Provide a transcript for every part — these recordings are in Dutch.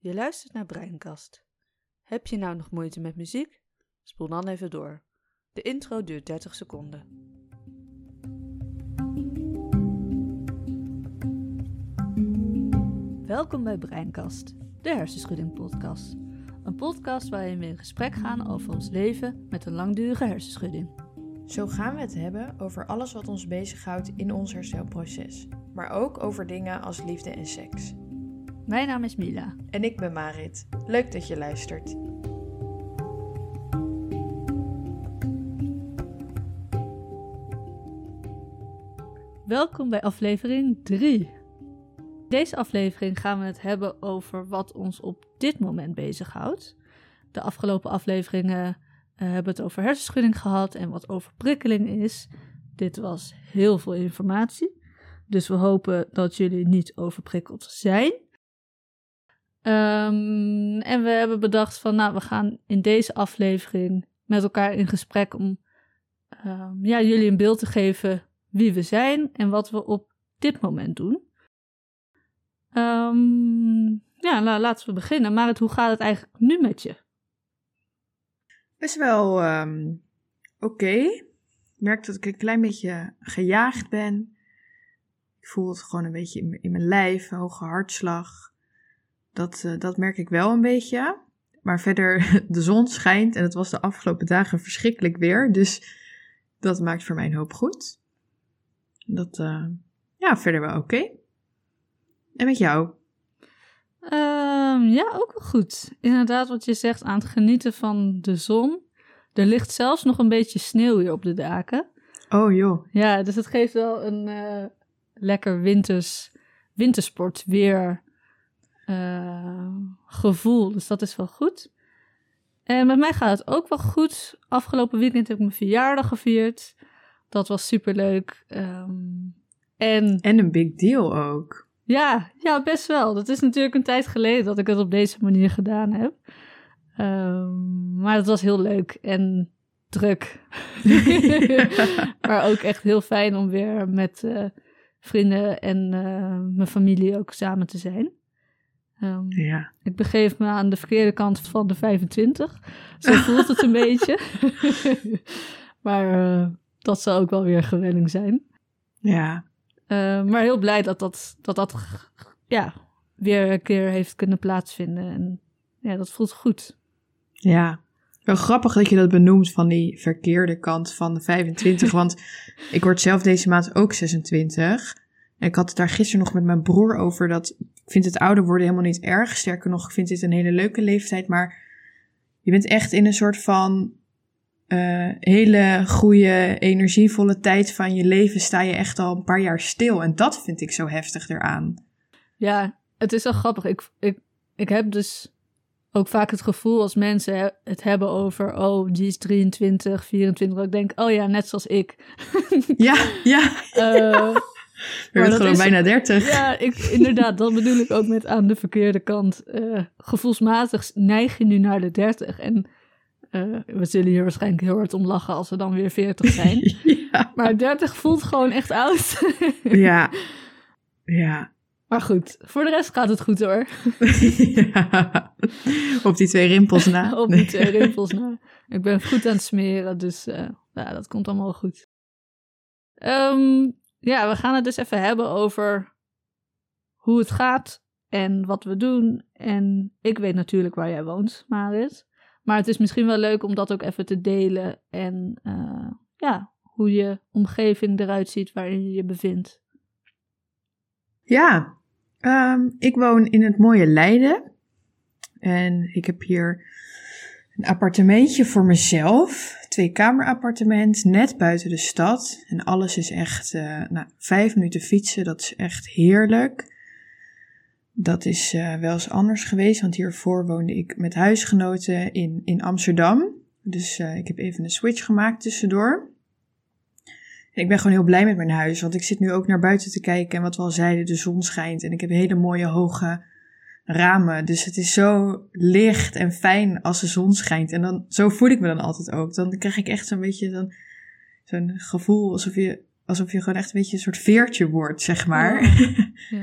Je luistert naar Breinkast. Heb je nou nog moeite met muziek? Spoel dan even door. De intro duurt 30 seconden. Welkom bij Breinkast, de hersenschudding podcast. Een podcast waarin we in gesprek gaan over ons leven met een langdurige hersenschudding. Zo gaan we het hebben over alles wat ons bezighoudt in ons herstelproces. Maar ook over dingen als liefde en seks. Mijn naam is Mila. En ik ben Marit. Leuk dat je luistert. Welkom bij aflevering 3. In deze aflevering gaan we het hebben over wat ons op dit moment bezighoudt. De afgelopen afleveringen hebben het over hersenschudding gehad en wat overprikkeling is. Dit was heel veel informatie, dus we hopen dat jullie niet overprikkeld zijn. En we hebben bedacht van, we gaan in deze aflevering met elkaar in gesprek om jullie een beeld te geven wie we zijn en wat we op dit moment doen. Laten we beginnen. Marit, hoe gaat het eigenlijk nu met je? Best wel oké. Ik merk dat ik een klein beetje gejaagd ben. Ik voel het gewoon een beetje in mijn lijf, hoge hartslag. Dat merk ik wel een beetje. Maar verder, de zon schijnt en het was de afgelopen dagen verschrikkelijk weer. Dus dat maakt voor mij een hoop goed. Dat, verder wel oké. En met jou? Ook wel goed. Inderdaad, wat je zegt, aan het genieten van de zon. Er ligt zelfs nog een beetje sneeuw hier op de daken. Oh joh. Ja, dus het geeft wel een lekker wintersport weer gevoel. Dus dat is wel goed. En met mij gaat het ook wel goed. Afgelopen weekend heb ik mijn verjaardag gevierd. Dat was superleuk. En een big deal ook. Ja, best wel. Dat is natuurlijk een tijd geleden dat ik het op deze manier gedaan heb. Maar het was heel leuk en druk. Maar ook echt heel fijn om weer met vrienden en mijn familie ook samen te zijn. Ik begeef me aan de verkeerde kant van de 25. Zo voelt het een beetje. Maar dat zal ook wel weer gewenning zijn. Ja. Maar heel blij dat weer een keer heeft kunnen plaatsvinden. En ja, dat voelt goed. Ja, wel grappig dat je dat benoemt van die verkeerde kant van de 25. Want ik word zelf deze maand ook 26. En ik had het daar gisteren nog met mijn broer over. Dat ik vind het ouder worden helemaal niet erg. Sterker nog, ik vind dit een hele leuke leeftijd. Maar je bent echt in een soort van hele goede, energievolle tijd van je leven. Sta je echt al een paar jaar stil. En dat vind ik zo heftig eraan. Ja, het is wel grappig. Ik heb dus ook vaak het gevoel als mensen het hebben over, die is 23, 24. Dat ik denk, net zoals ik. Ja. Je bent gewoon bijna 30. Ja, inderdaad, dat bedoel ik ook met aan de verkeerde kant. Gevoelsmatig neig je nu naar de 30 en we zullen hier waarschijnlijk heel hard om lachen als we dan weer 40 zijn. Ja. Maar 30 voelt gewoon echt oud. Ja. Maar goed, voor de rest gaat het goed hoor. Ja. Op die 2 rimpels na. Op die 2 rimpels na. Ik ben goed aan het smeren, dus dat komt allemaal goed. We gaan het dus even hebben over hoe het gaat en wat we doen. En ik weet natuurlijk waar jij woont, Marit. Maar het is misschien wel leuk om dat ook even te delen. En hoe je omgeving eruit ziet waarin je je bevindt. Ja, ik woon in het mooie Leiden. En ik heb hier een appartementje voor mezelf. 2-kamerappartement, net buiten de stad. En alles is echt 5 minuten fietsen. Dat is echt heerlijk. Dat is wel eens anders geweest, want hiervoor woonde ik met huisgenoten in Amsterdam. Dus ik heb even een switch gemaakt tussendoor. En ik ben gewoon heel blij met mijn huis, want ik zit nu ook naar buiten te kijken. En wat we al zeiden, de zon schijnt en ik heb hele mooie hoge ramen. Dus het is zo licht en fijn als de zon schijnt. En dan, zo voel ik me dan altijd ook. Dan krijg ik echt zo'n beetje zo'n gevoel alsof je gewoon echt een beetje een soort veertje wordt, zeg maar. Ja.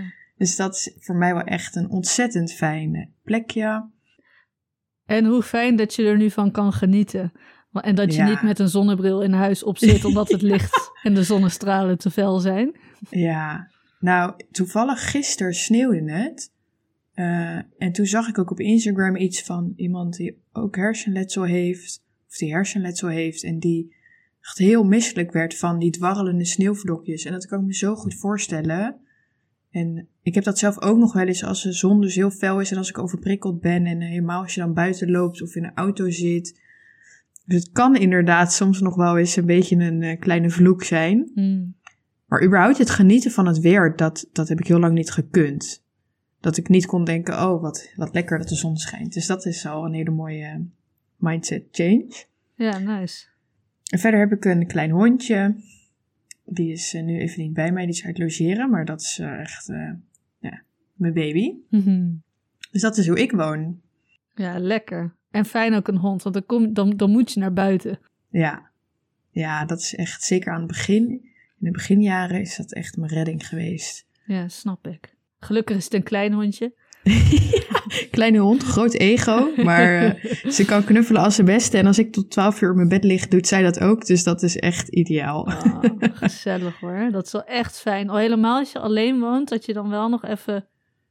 Dus dat is voor mij wel echt een ontzettend fijn plekje. En hoe fijn dat je er nu van kan genieten. En dat je Ja. niet met een zonnebril in huis op zit omdat het licht en de zonnestralen te fel zijn. Ja, nou toevallig gisteren sneeuwde het. En toen zag ik ook op Instagram iets van iemand die ook hersenletsel heeft. Of die hersenletsel heeft en die echt heel misselijk werd van die dwarrelende sneeuwvlokjes. En dat kan ik me zo goed voorstellen. En ik heb dat zelf ook nog wel eens als de zon dus heel fel is en als ik overprikkeld ben. En helemaal als je dan buiten loopt of in een auto zit. Dus het kan inderdaad soms nog wel eens een beetje een kleine vloek zijn. Maar überhaupt het genieten van het weer, dat heb ik heel lang niet gekund. Dat ik niet kon denken, oh wat lekker dat de zon schijnt. Dus dat is al een hele mooie mindset change. Ja, nice. En verder heb ik een klein hondje. Die is nu even niet bij mij, die is uit logeren. Maar dat is echt mijn baby. Dus dat is hoe ik woon. Ja, lekker. En fijn ook een hond, want dan moet je naar buiten. Ja, dat is echt zeker aan het begin. In de beginjaren is dat echt mijn redding geweest. Ja, snap ik. Gelukkig is het een klein hondje. Kleine hond, groot ego. Maar ze kan knuffelen als ze beste. En als ik tot 12 uur op mijn bed lig, doet zij dat ook. Dus dat is echt ideaal. Oh, gezellig hoor. Dat is wel echt fijn. Al helemaal als je alleen woont, dat je dan wel nog even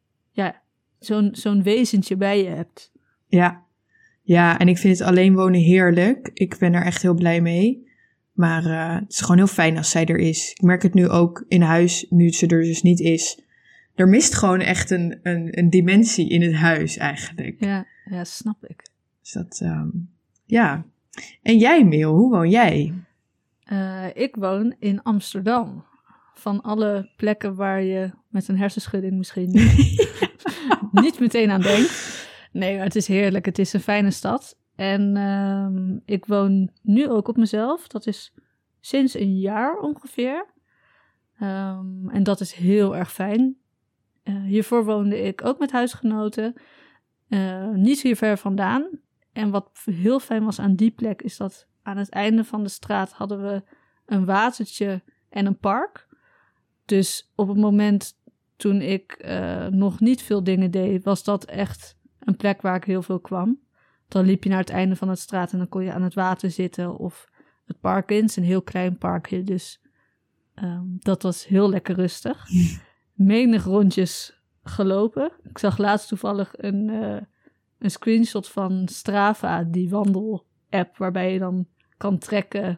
zo'n wezentje bij je hebt. Ja, en ik vind het alleen wonen heerlijk. Ik ben er echt heel blij mee. Maar het is gewoon heel fijn als zij er is. Ik merk het nu ook in huis, nu ze er dus niet is. Er mist gewoon echt een dimensie in het huis eigenlijk. Ja, snap ik. Dus dat, ja. En jij, Meel, hoe woon jij? Ik woon in Amsterdam. Van alle plekken waar je met een hersenschudding misschien niet meteen aan denkt. Nee, maar het is heerlijk. Het is een fijne stad. En ik woon nu ook op mezelf. Dat is sinds een jaar ongeveer. En dat is heel erg fijn. Hiervoor woonde ik ook met huisgenoten. Niet hier ver vandaan. En wat heel fijn was aan die plek is dat aan het einde van de straat hadden we een watertje en een park. Dus op het moment toen ik nog niet veel dingen deed, was dat echt een plek waar ik heel veel kwam. Dan liep je naar het einde van de straat en dan kon je aan het water zitten of het park in. Het is een heel klein parkje, dus dat was heel lekker rustig. Menig rondjes gelopen. Ik zag laatst toevallig een screenshot van Strava, die wandel-app, waarbij je dan kan trekken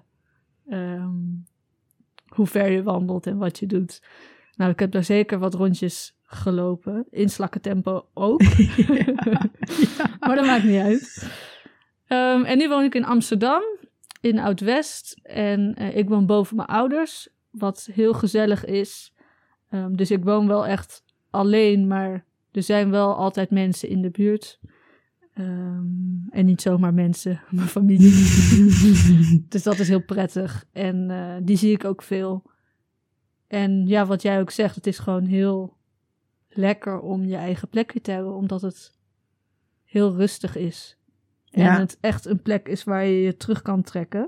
hoe ver je wandelt en wat je doet. Nou, ik heb daar zeker wat rondjes gelopen. In slakkentempo ook. Maar dat maakt niet uit. En nu woon ik in Amsterdam, in Oud-West. En ik woon boven mijn ouders, wat heel gezellig is. Dus ik woon wel echt alleen, maar er zijn wel altijd mensen in de buurt. En niet zomaar mensen, mijn familie. Dus dat is heel prettig. En die zie ik ook veel. En ja, wat jij ook zegt, het is gewoon heel lekker om je eigen plekje te hebben, omdat het heel rustig is. En het echt een plek is waar je je terug kan trekken.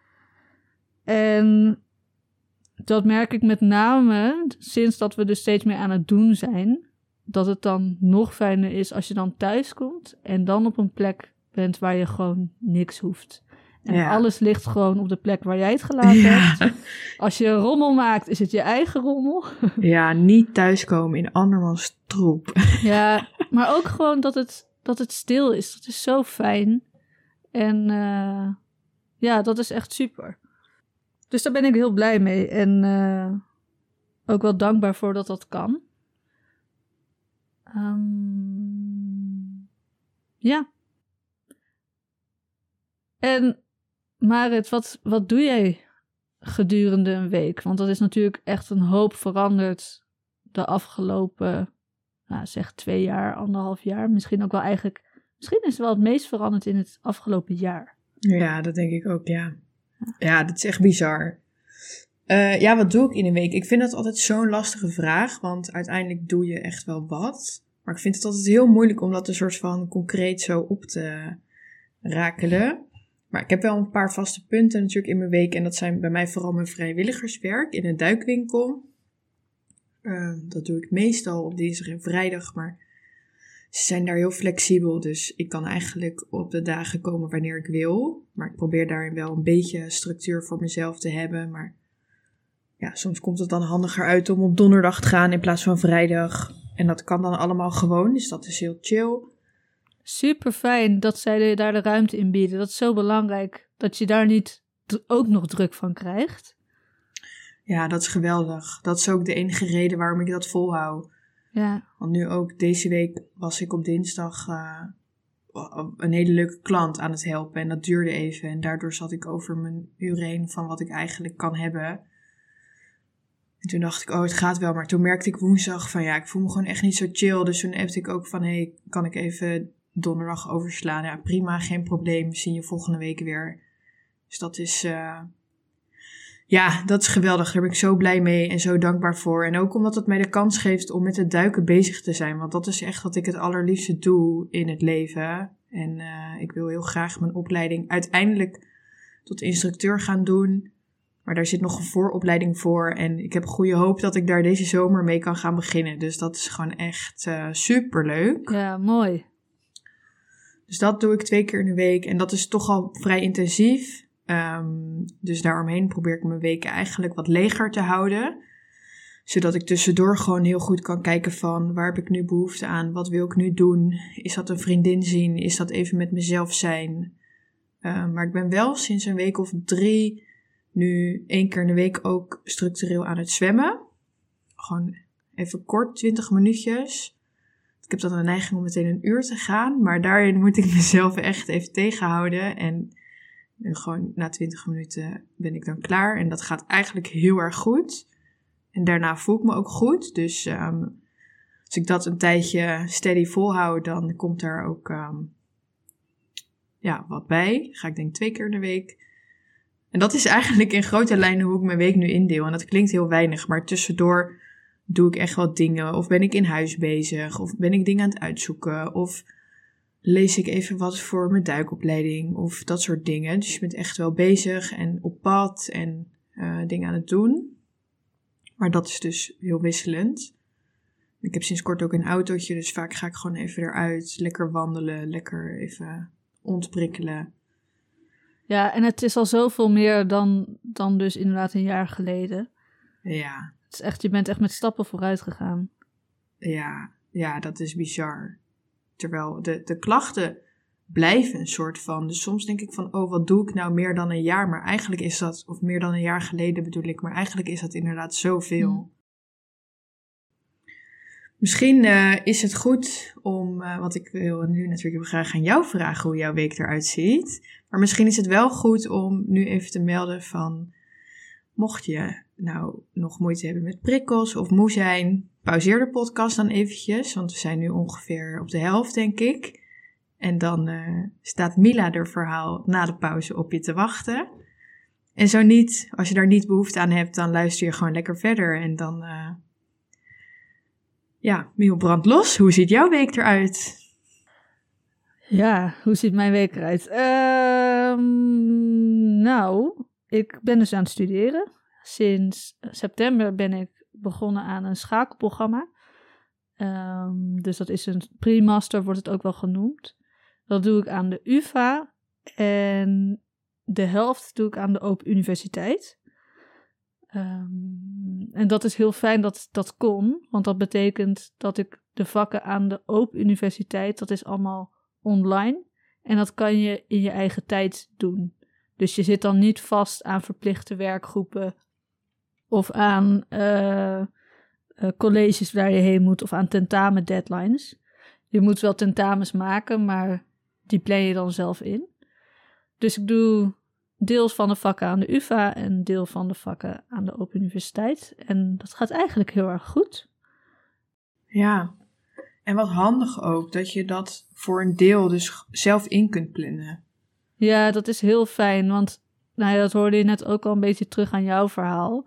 En dat merk ik met name sinds dat we dus steeds meer aan het doen zijn, dat het dan nog fijner is als je dan thuis komt en dan op een plek bent waar je gewoon niks hoeft. En alles ligt gewoon op de plek waar jij het gelaten hebt. Als je een rommel maakt, is het je eigen rommel. Ja, niet thuiskomen in andermans troep. Ja, maar ook gewoon dat het stil is. Dat is zo fijn. En dat is echt super. Dus daar ben ik heel blij mee. En ook wel dankbaar voor dat dat kan. En Marit, wat doe jij gedurende een week? Want dat is natuurlijk echt een hoop veranderd de afgelopen, 2 jaar, 1,5 jaar. Misschien ook wel eigenlijk, misschien is het wel het meest veranderd in het afgelopen jaar. Ja, dat denk ik ook, ja. Ja, dat is echt bizar. Wat doe ik in een week? Ik vind dat altijd zo'n lastige vraag, want uiteindelijk doe je echt wel wat. Maar ik vind het altijd heel moeilijk om dat een soort van concreet zo op te rakelen. Maar ik heb wel een paar vaste punten natuurlijk in mijn week. En dat zijn bij mij vooral mijn vrijwilligerswerk in een duikwinkel. Dat doe ik meestal op dinsdag en vrijdag, maar ze zijn daar heel flexibel. Dus ik kan eigenlijk op de dagen komen wanneer ik wil. Maar ik probeer daarin wel een beetje structuur voor mezelf te hebben. Maar ja, soms komt het dan handiger uit om op donderdag te gaan in plaats van vrijdag. En dat kan dan allemaal gewoon, dus dat is heel chill. Super fijn dat zij daar de ruimte in bieden. Dat is zo belangrijk dat je daar niet ook nog druk van krijgt. Ja, dat is geweldig. Dat is ook de enige reden waarom ik dat volhoud. Ja. Want nu ook deze week was ik op dinsdag een hele leuke klant aan het helpen. En dat duurde even. En daardoor zat ik over mijn uur heen van wat ik eigenlijk kan hebben. En toen dacht ik, het gaat wel. Maar toen merkte ik woensdag van ik voel me gewoon echt niet zo chill. Dus toen appte ik ook van, kan ik even donderdag overslaan? Ja, prima, geen probleem. We zien je volgende week weer. Dus dat is... dat is geweldig. Daar ben ik zo blij mee en zo dankbaar voor. En ook omdat het mij de kans geeft om met het duiken bezig te zijn. Want dat is echt wat ik het allerliefste doe in het leven. En ik wil heel graag mijn opleiding uiteindelijk tot instructeur gaan doen. Maar daar zit nog een vooropleiding voor. En ik heb goede hoop dat ik daar deze zomer mee kan gaan beginnen. Dus dat is gewoon echt superleuk. Ja, mooi. Dus dat doe ik 2 keer in de week. En dat is toch al vrij intensief. Dus daaromheen probeer ik mijn weken eigenlijk wat leger te houden. Zodat ik tussendoor gewoon heel goed kan kijken van waar heb ik nu behoefte aan? Wat wil ik nu doen? Is dat een vriendin zien? Is dat even met mezelf zijn? Maar ik ben wel sinds een week of 3 nu 1 keer in de week ook structureel aan het zwemmen. Gewoon even kort, 20 minuutjes. Ik heb dan een neiging om meteen 1 uur te gaan. Maar daarin moet ik mezelf echt even tegenhouden. En gewoon na 20 minuten ben ik dan klaar. En dat gaat eigenlijk heel erg goed. En daarna voel ik me ook goed. Dus als ik dat een tijdje steady volhoud, dan komt er ook wat bij. Ga ik denk 2 keer in de week. En dat is eigenlijk in grote lijnen hoe ik mijn week nu indeel. En dat klinkt heel weinig, maar tussendoor doe ik echt wat dingen. Of ben ik in huis bezig. Of ben ik dingen aan het uitzoeken. Of lees ik even wat voor mijn duikopleiding. Of dat soort dingen. Dus je bent echt wel bezig en op pad en dingen aan het doen. Maar dat is dus heel wisselend. Ik heb sinds kort ook een autootje. Dus vaak ga ik gewoon even eruit. Lekker wandelen. Lekker even ontprikkelen. Ja, en het is al zoveel meer dan dus inderdaad een jaar geleden. Ja. Het is echt, je bent echt met stappen vooruit gegaan. Ja, dat is bizar. Terwijl de klachten blijven een soort van. Dus soms denk ik van, wat doe ik nou meer dan een jaar? Maar eigenlijk is dat, of meer dan een jaar geleden bedoel ik. Maar eigenlijk is dat inderdaad zoveel. Misschien is het goed om, want ik wil nu natuurlijk graag aan jou vragen hoe jouw week eruit ziet. Maar misschien is het wel goed om nu even te melden van, mocht je nou nog moeite hebben met prikkels of moe zijn, pauzeer de podcast dan eventjes, want we zijn nu ongeveer op de helft, denk ik. En dan staat Mila haar verhaal na de pauze op je te wachten. En zo niet, als je daar niet behoefte aan hebt, dan luister je gewoon lekker verder en dan... Miel, brand los. Hoe ziet jouw week eruit? Ja, hoe ziet mijn week eruit? Ik ben dus aan het studeren. Sinds september ben ik begonnen aan een schakelprogramma. Dus dat is een pre-master, wordt het ook wel genoemd. Dat doe ik aan de UvA en de helft doe ik aan de Open Universiteit. En dat is heel fijn dat dat kon, want dat betekent dat ik de vakken aan de Open Universiteit, dat is allemaal online en dat kan je in je eigen tijd doen. Dus je zit dan niet vast aan verplichte werkgroepen of aan colleges waar je heen moet of aan tentamen deadlines. Je moet wel tentamens maken, maar die plan je dan zelf in. Dus ik doe deels van de vakken aan de UvA en deel van de vakken aan de Open Universiteit. En dat gaat eigenlijk heel erg goed. Ja. En wat handig ook, dat je dat voor een deel dus zelf in kunt plannen. Ja, dat is heel fijn, want dat hoorde je net ook al een beetje terug aan jouw verhaal.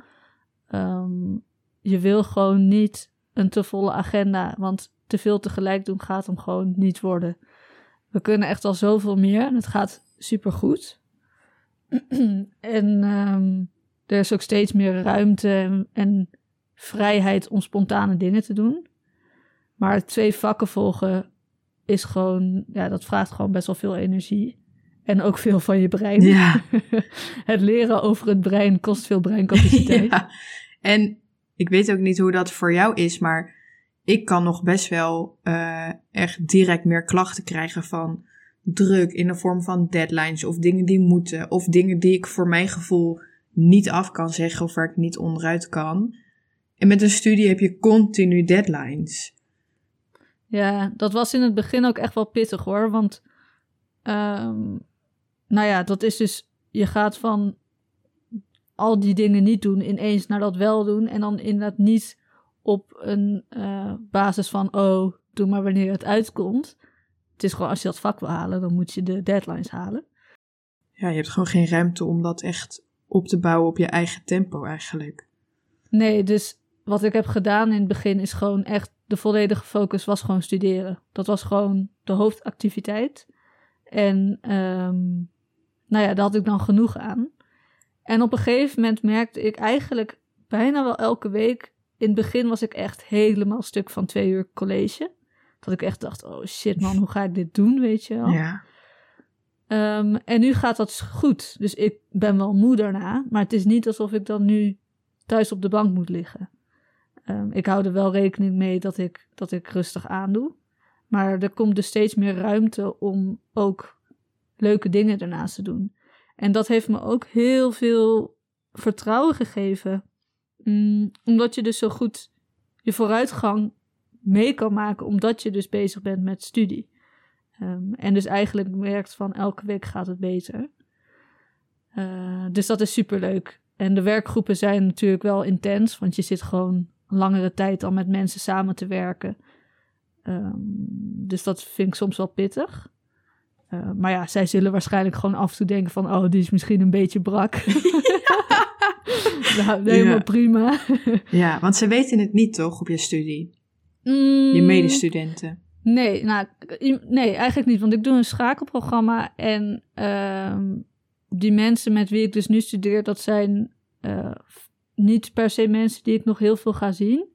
Je wil gewoon niet een te volle agenda, want te veel tegelijk doen gaat hem gewoon niet worden. We kunnen echt al zoveel meer en het gaat supergoed. En er is ook steeds meer ruimte en vrijheid om spontane dingen te doen. Maar 2 vakken volgen is gewoon, ja, dat vraagt gewoon best wel veel energie. En ook veel van je brein. Ja. Het leren over het brein kost veel breincapaciteit. Ja. En ik weet ook niet hoe dat voor jou is, maar ik kan nog best wel echt direct meer klachten krijgen van druk in de vorm van deadlines of dingen die moeten. Of dingen die ik voor mijn gevoel niet af kan zeggen of waar ik niet onderuit kan. En met een studie heb je continu deadlines. Ja, dat was in het begin ook echt wel pittig hoor. Want, nou ja, dat is dus, je gaat van al die dingen niet doen ineens naar dat wel doen. En dan inderdaad niet op een basis van, oh, doe maar wanneer het uitkomt. Het is gewoon, als je dat vak wil halen, dan moet je de deadlines halen. Ja, je hebt gewoon geen ruimte om dat echt op te bouwen op je eigen tempo eigenlijk. Nee, dus wat ik heb gedaan in het begin is gewoon echt, de volledige focus was gewoon studeren. Dat was gewoon de hoofdactiviteit. En nou ja, daar had ik dan genoeg aan. En op een gegeven moment merkte ik eigenlijk bijna wel elke week, in het begin was ik echt helemaal stuk van 2 uur college. Dat ik echt dacht, oh shit man, hoe ga ik dit doen, weet je wel. Ja. En nu gaat dat goed. Dus ik ben wel moe daarna. Maar het is niet alsof ik dan nu thuis op de bank moet liggen. Ik hou er wel rekening mee dat ik rustig aandoe. Maar er komt dus steeds meer ruimte om ook leuke dingen ernaast te doen. En dat heeft me ook heel veel vertrouwen gegeven. Omdat je dus zo goed je vooruitgang mee kan maken, omdat je dus bezig bent met studie. En dus eigenlijk merkt van elke week gaat het beter. Dus dat is superleuk. En de werkgroepen zijn natuurlijk wel intens, want je zit gewoon langere tijd al met mensen samen te werken. Dus dat vind ik soms wel pittig. Maar ja, zij zullen waarschijnlijk gewoon af en toe denken van, oh, die is misschien een beetje brak. Nou, helemaal prima. Ja, want ze weten het niet toch op je studie? Je medestudenten. Nee, nee, eigenlijk niet. Want ik doe een schakelprogramma en die mensen met wie ik dus nu studeer, dat zijn niet per se mensen die ik nog heel veel ga zien.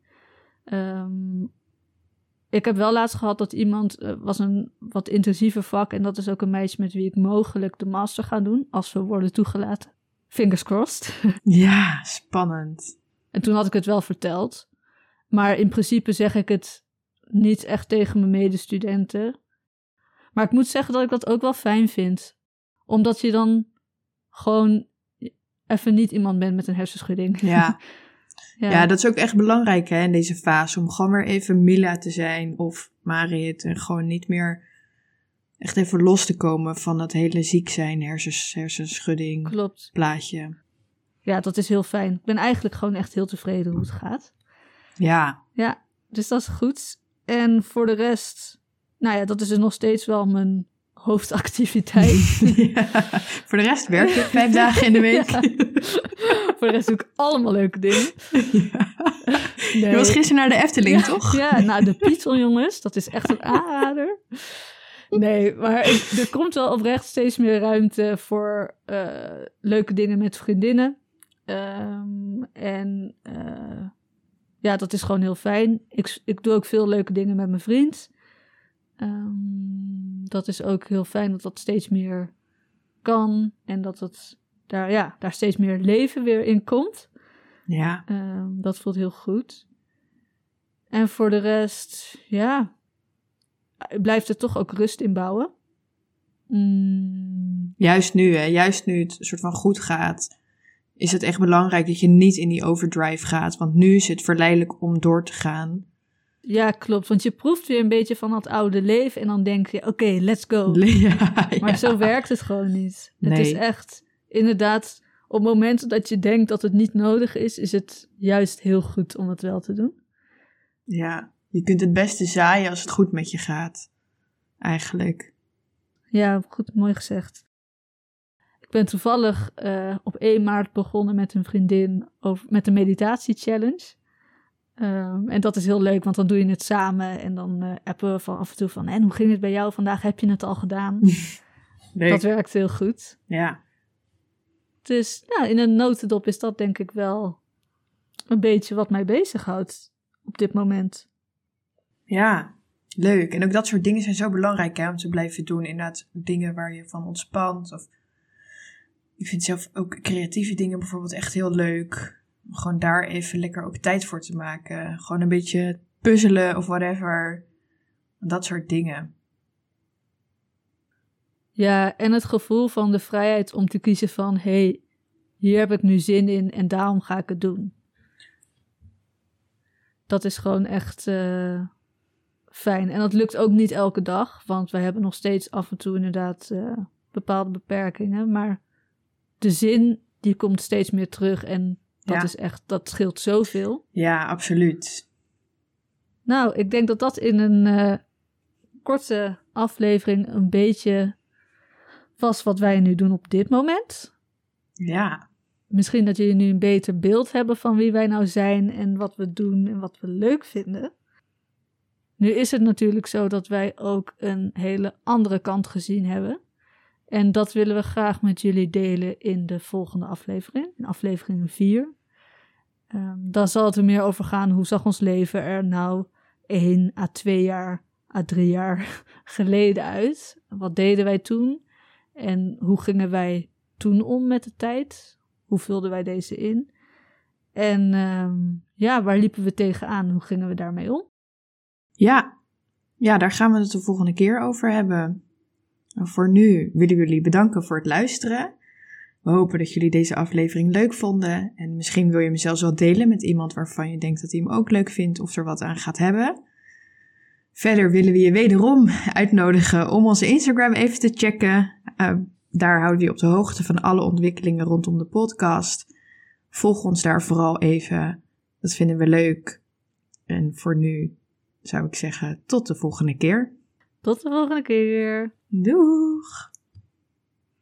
Ik heb wel laatst gehad dat iemand, was een wat intensiever vak en dat is ook een meisje met wie ik mogelijk de master ga doen, als we worden toegelaten. Fingers crossed. Ja, spannend. En toen had ik het wel verteld. Maar in principe zeg ik het niet echt tegen mijn medestudenten. Maar ik moet zeggen dat ik dat ook wel fijn vind. Omdat je dan gewoon even niet iemand bent met een hersenschudding. Ja. Ja, dat is ook echt belangrijk hè, in deze fase. Om gewoon weer even Mila te zijn of Marit. En gewoon niet meer echt even los te komen van dat hele ziek zijn, hersenschudding. Klopt. Plaatje. Ja, dat is heel fijn. Ik ben eigenlijk gewoon echt heel tevreden hoe het gaat. Ja. Ja, dus dat is goed. En voor de rest, nou ja, dat is dus nog steeds wel mijn hoofdactiviteit. Ja. Voor de rest werk ik 5 dagen in de week. Ja. Voor de rest doe ik allemaal leuke dingen. Ja. Nee. Je was gisteren naar de Efteling, toch? Ja, nou de Pietel jongens, dat is echt een aanrader. Nee, maar er komt wel oprecht steeds meer ruimte voor leuke dingen met vriendinnen. Ja, dat is gewoon heel fijn. Ik doe ook veel leuke dingen met mijn vriend. Dat is ook heel fijn dat dat steeds meer kan. En dat het daar steeds meer leven weer in komt. Ja. Dat voelt heel goed. En voor de rest, ja, blijft er toch ook rust in bouwen. Juist nu, hè. Juist nu het soort van goed gaat, is het echt belangrijk dat je niet in die overdrive gaat. Want nu is het verleidelijk om door te gaan. Ja, klopt. Want je proeft weer een beetje van dat oude leven. En dan denk je, oké, let's go. Maar zo werkt het gewoon niet. Nee. Het is echt, inderdaad, op momenten dat je denkt dat het niet nodig is het juist heel goed om het wel te doen. Ja, je kunt het beste zaaien als het goed met je gaat. Eigenlijk. Ja, goed, mooi gezegd. Ik ben toevallig op 1 maart begonnen met een vriendin met een meditatie-challenge. En dat is heel leuk, want dan doe je het samen en dan appen we van af en toe van, en hoe ging het bij jou vandaag? Heb je het al gedaan? Dat werkt heel goed. Ja. Dus nou, in een notendop is dat denk ik wel een beetje wat mij bezighoudt op dit moment. Ja, leuk. En ook dat soort dingen zijn zo belangrijk hè, om te blijven doen. Inderdaad, dingen waar je van ontspant. Of ik vind zelf ook creatieve dingen bijvoorbeeld echt heel leuk. Om gewoon daar even lekker ook tijd voor te maken. Gewoon een beetje puzzelen of whatever. Dat soort dingen. Ja, en het gevoel van de vrijheid om te kiezen van... hey, hier heb ik nu zin in en daarom ga ik het doen. Dat is gewoon echt fijn. En dat lukt ook niet elke dag, want we hebben nog steeds af en toe inderdaad bepaalde beperkingen. Maar de zin, die komt steeds meer terug en dat is echt, dat scheelt zoveel. Ja, absoluut. Nou, ik denk dat dat in een korte aflevering een beetje was wat wij nu doen op dit moment. Ja. Misschien dat jullie nu een beter beeld hebben van wie wij nou zijn en wat we doen en wat we leuk vinden. Nu is het natuurlijk zo dat wij ook een hele andere kant gezien hebben. En dat willen we graag met jullie delen in de volgende aflevering, in aflevering 4. Dan zal het er meer over gaan, hoe zag ons leven er nou 1 à 2 jaar, à 3 jaar geleden uit? Wat deden wij toen? En hoe gingen wij toen om met de tijd? Hoe vulden wij deze in? En waar liepen we tegenaan? Hoe gingen we daarmee om? Ja, daar gaan we het de volgende keer over hebben. Voor nu willen we jullie bedanken voor het luisteren. We hopen dat jullie deze aflevering leuk vonden. En misschien wil je hem zelfs wel delen met iemand waarvan je denkt dat hij hem ook leuk vindt of er wat aan gaat hebben. Verder willen we je wederom uitnodigen om onze Instagram even te checken. Daar houden we je op de hoogte van alle ontwikkelingen rondom de podcast. Volg ons daar vooral even. Dat vinden we leuk. En voor nu zou ik zeggen tot de volgende keer. Tot de volgende keer. Doeg!